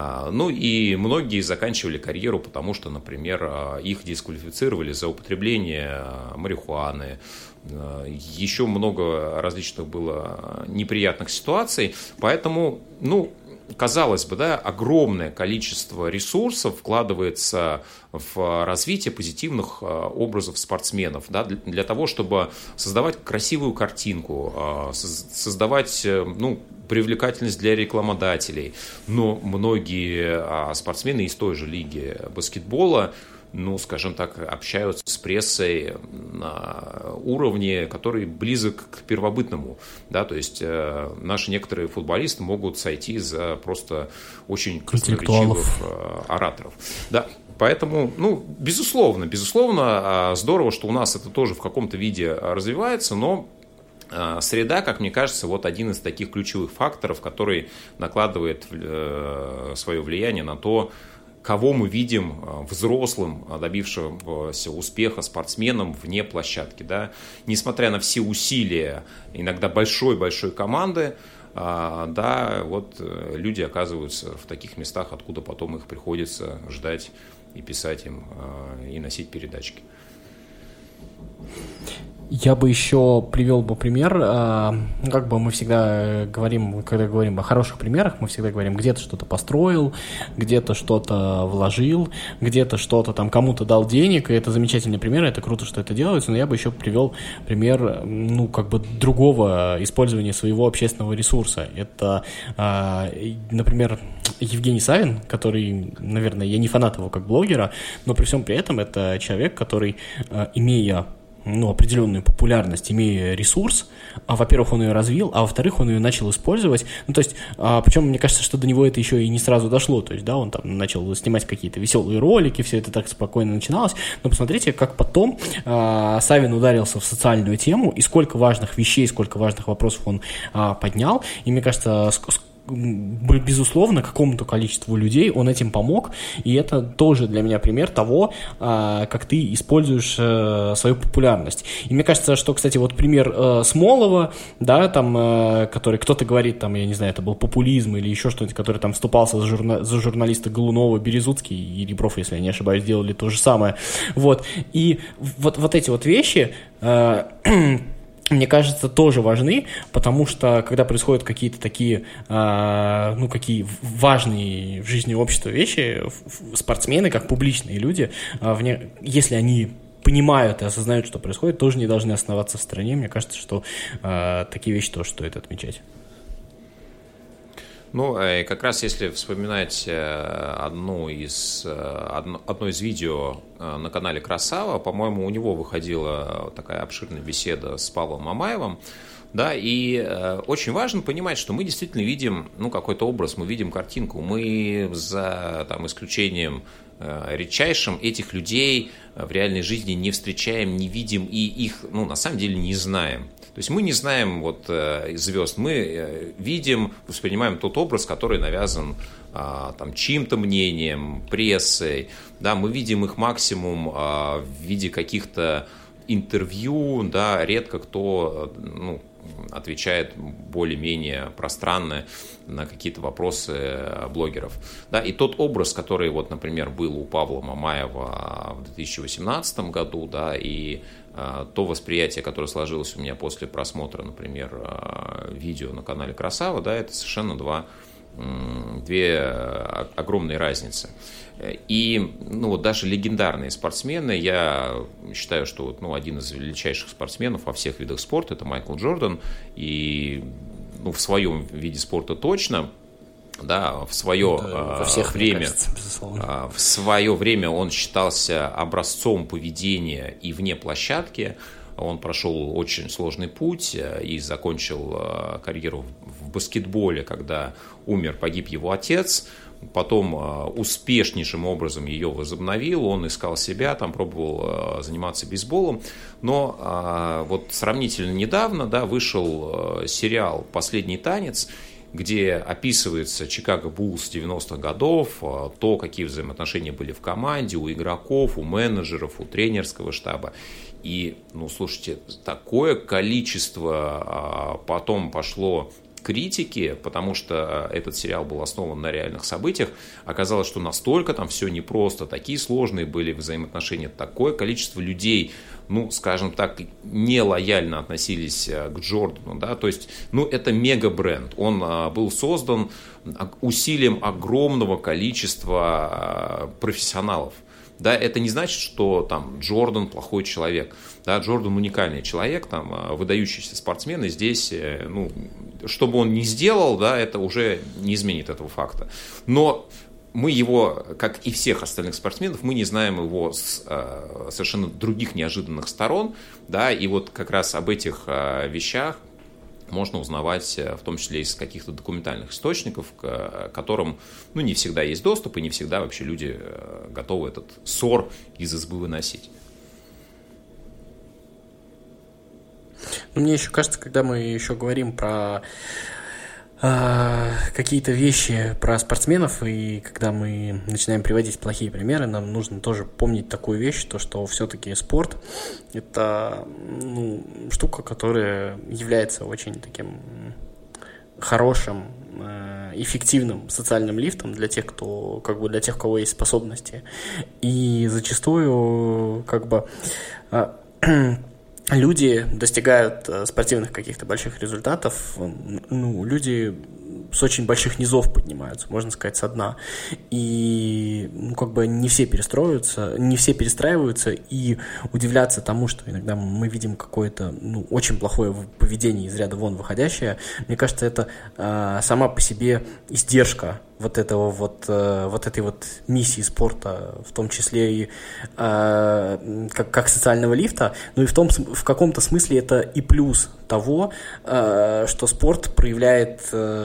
И многие заканчивали карьеру, потому что, например, их дисквалифицировали за употребление марихуаны. Еще много различных было неприятных ситуаций, поэтому, казалось бы, да, огромное количество ресурсов вкладывается в развитие позитивных образов спортсменов, да, для того, чтобы создавать красивую картинку, создавать, привлекательность для рекламодателей. Но многие спортсмены из той же лиги баскетбола, скажем так, общаются с прессой на уровне, который близок к первобытному. Да, то есть наши некоторые футболисты могут сойти за просто очень красноречивых ораторов. Да. Поэтому, безусловно, здорово, что у нас это тоже в каком-то виде развивается, но среда, как мне кажется, один из таких ключевых факторов, который накладывает свое влияние на то, кого мы видим взрослым, добившимся успеха спортсменом вне площадки. Да? Несмотря на все усилия иногда большой-большой команды, да, вот люди оказываются в таких местах, откуда потом их приходится ждать и писать им, и носить передачки. Я бы еще привел бы пример, как бы мы всегда говорим, когда говорим о хороших примерах, мы всегда говорим, где-то что-то построил, где-то что-то вложил, где-то что-то там кому-то дал денег, и это замечательный пример, это круто, что это делается, но я бы еще привел пример, ну, как бы другого использования своего общественного ресурса. Это, например, Евгений Савин, который, наверное, я не фанат его как блогера, но при всем при этом это человек, который, имея определенную популярность, имея ресурс, во-первых, он ее развил, а во-вторых, он ее начал использовать. Ну, то есть, причем, мне кажется, что до него это еще и не сразу дошло. То есть, да, он там начал снимать какие-то веселые ролики, все это так спокойно начиналось. Но посмотрите, как потом Савин ударился в социальную тему, и сколько важных вещей, сколько важных вопросов он поднял. И мне кажется, безусловно, какому-то количеству людей он этим помог, и это тоже для меня пример того, как ты используешь свою популярность. И мне кажется, что, кстати, вот пример Смолова, да, там, который кто-то говорит, там, я не знаю, это был популизм или еще что-нибудь, который там вступался за журналиста Голунова, Березуцкий и Ребров, если я не ошибаюсь, делали то же самое. Вот. И вот эти вот вещи мне кажется, тоже важны, потому что, когда происходят какие-то такие, какие важные в жизни общества вещи, спортсмены, как публичные люди, если они понимают и осознают, что происходит, тоже не должны оставаться в стороне. Мне кажется, что такие вещи тоже стоит отмечать. Ну, как раз если вспоминать одно из видео на канале Красава, по-моему, у него выходила такая обширная беседа с Павлом Мамаевым, да, и очень важно понимать, что мы действительно видим, какой-то образ, мы видим картинку, мы за исключением редчайшим этих людей в реальной жизни не встречаем, не видим и их, на самом деле не знаем. То есть мы не знаем звезд, мы видим, воспринимаем тот образ, который навязан чьим-то мнением, прессой, да, мы видим их максимум в виде каких-то интервью, да, редко кто отвечает более-менее пространно на какие-то вопросы блогеров. Да, и тот образ, который, например, был у Павла Мамаева в 2018 году, да, и то восприятие, которое сложилось у меня после просмотра, например, видео на канале Красава, да, это совершенно две огромные разницы. И даже легендарные спортсмены, я считаю, что один из величайших спортсменов во всех видах спорта — это Майкл Джордан, и в своем виде спорта точно, да, в свое время, в свое время он считался образцом поведения и вне площадки. Он прошел очень сложный путь и закончил карьеру в баскетболе, когда погиб его отец. Потом успешнейшим образом ее возобновил, он искал себя, пробовал заниматься бейсболом. Но сравнительно недавно, да, вышел сериал «Последний танец», где описывается Чикаго Буллс 90-х годов, то, какие взаимоотношения были в команде, у игроков, у менеджеров, у тренерского штаба. И, слушайте, такое количество потом пошло критики, потому что этот сериал был основан на реальных событиях. Оказалось, что настолько там все непросто, такие сложные были взаимоотношения, такое количество людей, скажем так, нелояльно относились к Джордану, да, то есть, это мега-бренд, он был создан усилием огромного количества профессионалов. Да, это не значит, что Джордан плохой человек. Да, Джордан уникальный человек, выдающийся спортсмен, и здесь, что бы он ни сделал, да, это уже не изменит этого факта. Но мы его, как и всех остальных спортсменов, мы не знаем его с совершенно других неожиданных сторон, да, и как раз об этих вещах можно узнавать, в том числе из каких-то документальных источников, к которым не всегда есть доступ, и не всегда вообще люди готовы этот ссор из избы выносить. Мне еще кажется, когда мы еще говорим про какие-то вещи про спортсменов, и когда мы начинаем приводить плохие примеры, нам нужно тоже помнить такую вещь, то что все-таки спорт — это штука, которая является очень таким хорошим, эффективным социальным лифтом для тех, кто, для тех, у кого есть способности. И зачастую, люди достигают спортивных каких-то больших результатов, люди с очень больших низов поднимаются, можно сказать, со дна. И не все перестраиваются, и удивляться тому, что иногда мы видим какое-то очень плохое поведение из ряда вон выходящее, мне кажется, это сама по себе издержка этой миссии спорта, в том числе и как социального лифта, и в каком-то смысле это и плюс того, что спорт проявляет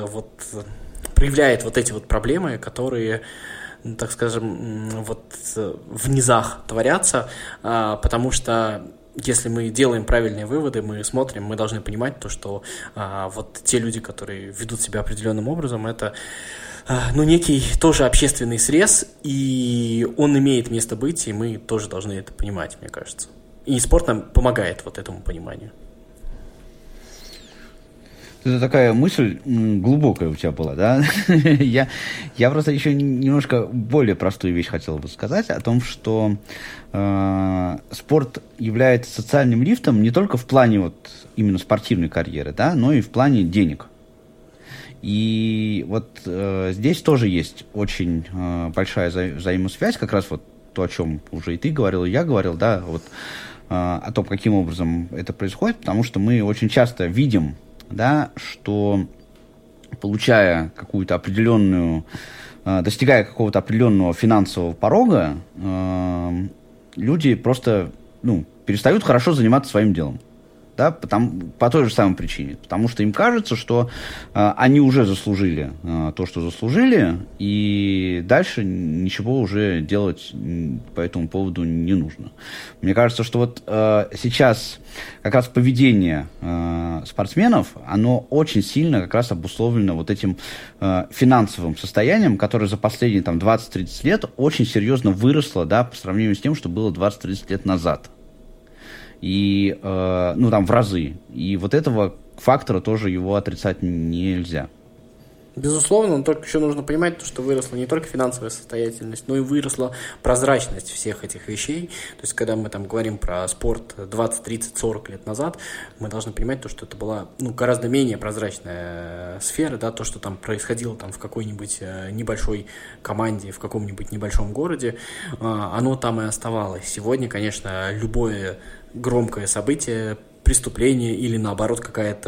эти проблемы, которые, так скажем, в низах творятся, потому что если мы делаем правильные выводы, мы смотрим, мы должны понимать то, что те люди, которые ведут себя определенным образом, это некий тоже общественный срез, и он имеет место быть, и мы тоже должны это понимать, мне кажется. И спорт нам помогает этому пониманию. Это такая мысль глубокая у тебя была, да? Я просто еще немножко более простую вещь хотел бы сказать о том, что спорт является социальным лифтом не только в плане именно спортивной карьеры, да, но и в плане денег. И здесь тоже есть очень большая взаимосвязь, как раз то, о чем уже и ты говорил, и я говорил, да, о том, каким образом это происходит, потому что мы очень часто видим, да, что достигая какого-то определенного финансового порога, люди просто перестают хорошо заниматься своим делом. Да, по той же самой причине. Потому что им кажется, что они уже заслужили то, что заслужили, и дальше ничего уже делать по этому поводу не нужно. Мне кажется, что сейчас как раз поведение спортсменов, оно очень сильно как раз обусловлено этим финансовым состоянием, которое за последние 20-30 лет очень серьезно выросло, да, по сравнению с тем, что было 20-30 лет назад. И, в разы. И этого фактора тоже его отрицать нельзя. Безусловно, но только еще нужно понимать, что выросла не только финансовая состоятельность, но и выросла прозрачность всех этих вещей. То есть, когда мы говорим про спорт 20, 30, 40 лет назад, мы должны понимать, что это была гораздо менее прозрачная сфера, да, то, что там происходило в какой-нибудь небольшой команде, в каком-нибудь небольшом городе, оно там и оставалось. Сегодня, конечно, любое громкое событие, преступление или, наоборот,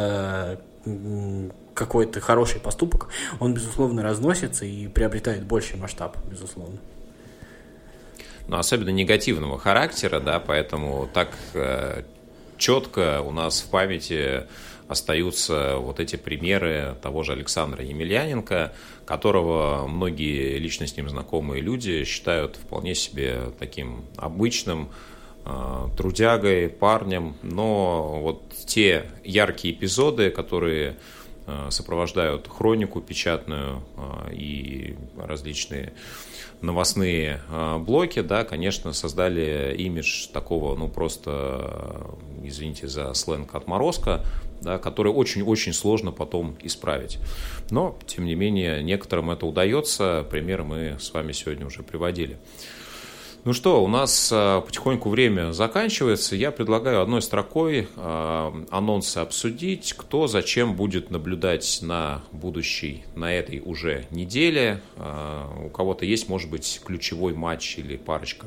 какой-то хороший поступок, он, безусловно, разносится и приобретает больший масштаб, безусловно. Особенно негативного характера, да, поэтому так четко у нас в памяти остаются эти примеры того же Александра Емельяненко, которого многие лично с ним знакомые люди считают вполне себе таким обычным трудягой, парнем, но те яркие эпизоды, которые сопровождают хронику печатную и различные новостные блоки, да, конечно, создали имидж такого, просто, извините за сленг, отморозка, да, который очень-очень сложно потом исправить. Но, тем не менее, некоторым это удается. Примеры мы с вами сегодня уже приводили. Ну что, у нас потихоньку время заканчивается. Я предлагаю одной строкой анонсы обсудить, кто зачем будет наблюдать на этой уже неделе. У кого-то есть, может быть, ключевой матч или парочка?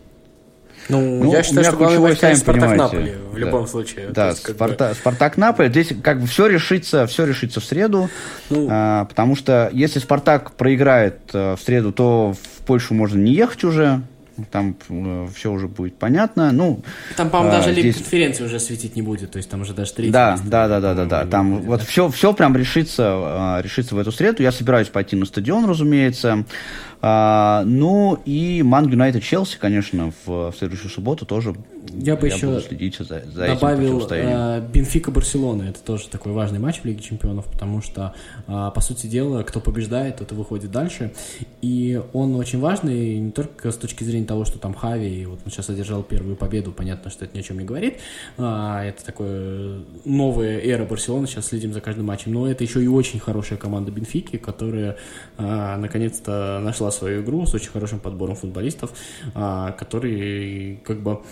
Я считаю, что главный матч — Спартак-Наполи в любом случае. Да, Спартак-Наполи. Здесь все решится в среду, потому что если Спартак проиграет в среду, то в Польшу можно не ехать уже. Там все уже будет понятно. Там, по-моему, даже Лига конференции уже светить не будет, то есть там уже даже третий. Да. Там все прям решится в эту среду. Я собираюсь пойти на стадион, разумеется. Ну и Ман Юнайтед Челси, конечно, в следующую субботу тоже. Я бы еще буду следить за этим добавил противостоянием. Бенфика Барселона. Это тоже такой важный матч в Лиге Чемпионов, потому что, по сути дела, кто побеждает, тот и выходит дальше. И он очень важный не только с точки зрения того, что там Хави, вот он сейчас одержал первую победу, понятно, что это ни о чем не говорит. Это такое новая эра Барселоны, сейчас следим за каждым матчем. Но это еще и очень хорошая команда Бенфики, которая наконец-то нашла свою игру с очень хорошим подбором футболистов, которые как бы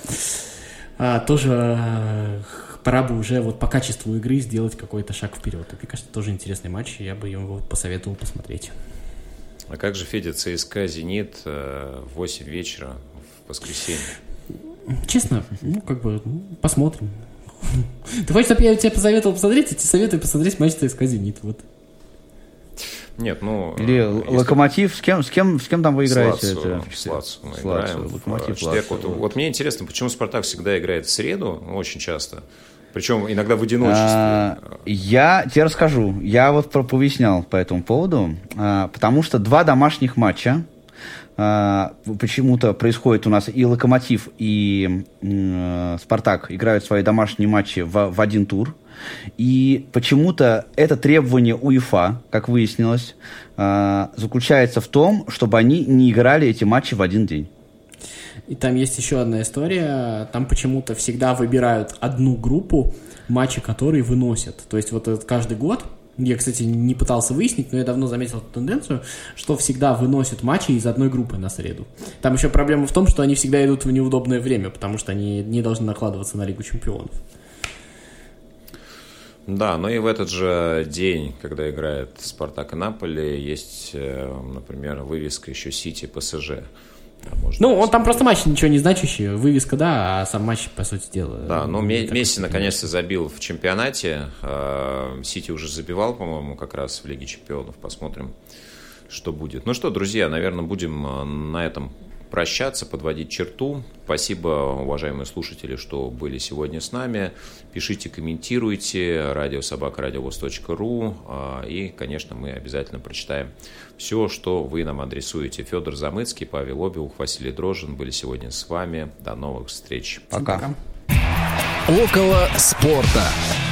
тоже пора бы уже вот по качеству игры сделать какой-то шаг вперед. И, мне кажется, тоже интересный матч, я бы его посоветовал посмотреть. А как же, Федя, ЦСКА «Зенит» в 8 вечера в воскресенье? Честно, посмотрим. Ты хочешь, чтобы я тебе посоветовал посмотреть? Я тебе советую посмотреть матч ЦСКА «Зенит». Вот. Нет, Или Локомотив, с кем там вы играете? С Лацио мы играем. Локомотив, Вот мне интересно, почему «Спартак» всегда играет в среду, очень часто, причем иногда в одиночестве. Я тебе расскажу. Я вот повыяснял по этому поводу, потому что 2 домашних матча почему-то происходит у нас, и Локомотив, и Спартак играют свои домашние матчи в один тур. И почему-то это требование УЕФА, как выяснилось, заключается в том, чтобы они не играли эти матчи в один день. И там есть еще одна история. Там почему-то всегда выбирают одну группу, матчи которые выносят. То есть вот этот каждый год, я, кстати, не пытался выяснить, но я давно заметил эту тенденцию, что всегда выносят матчи из одной группы на среду. Там еще проблема в том, что они всегда идут в неудобное время, потому что они не должны накладываться на Лигу Чемпионов. Да, но и в этот же день, когда играет «Спартак» и «Наполи», есть, например, вывеска еще «Сити» ПСЖ. Он там просто матч ничего не значащий, вывеска, да, а сам матч, по сути дела... Да, но Месси наконец-то забил в чемпионате, Сити уже забивал, по-моему, как раз в Лиге Чемпионов, посмотрим, что будет. Ну что, друзья, наверное, будем на этом прощаться, подводить черту. Спасибо, уважаемые слушатели, что были сегодня с нами. Пишите, комментируйте, радиособака.радиовоз.ру, и, конечно, мы обязательно прочитаем все, что вы нам адресуете. Федор Замыцкий, Павел Обиух, Василий Дрожжин были сегодня с вами. До новых встреч. Пока. Около спорта.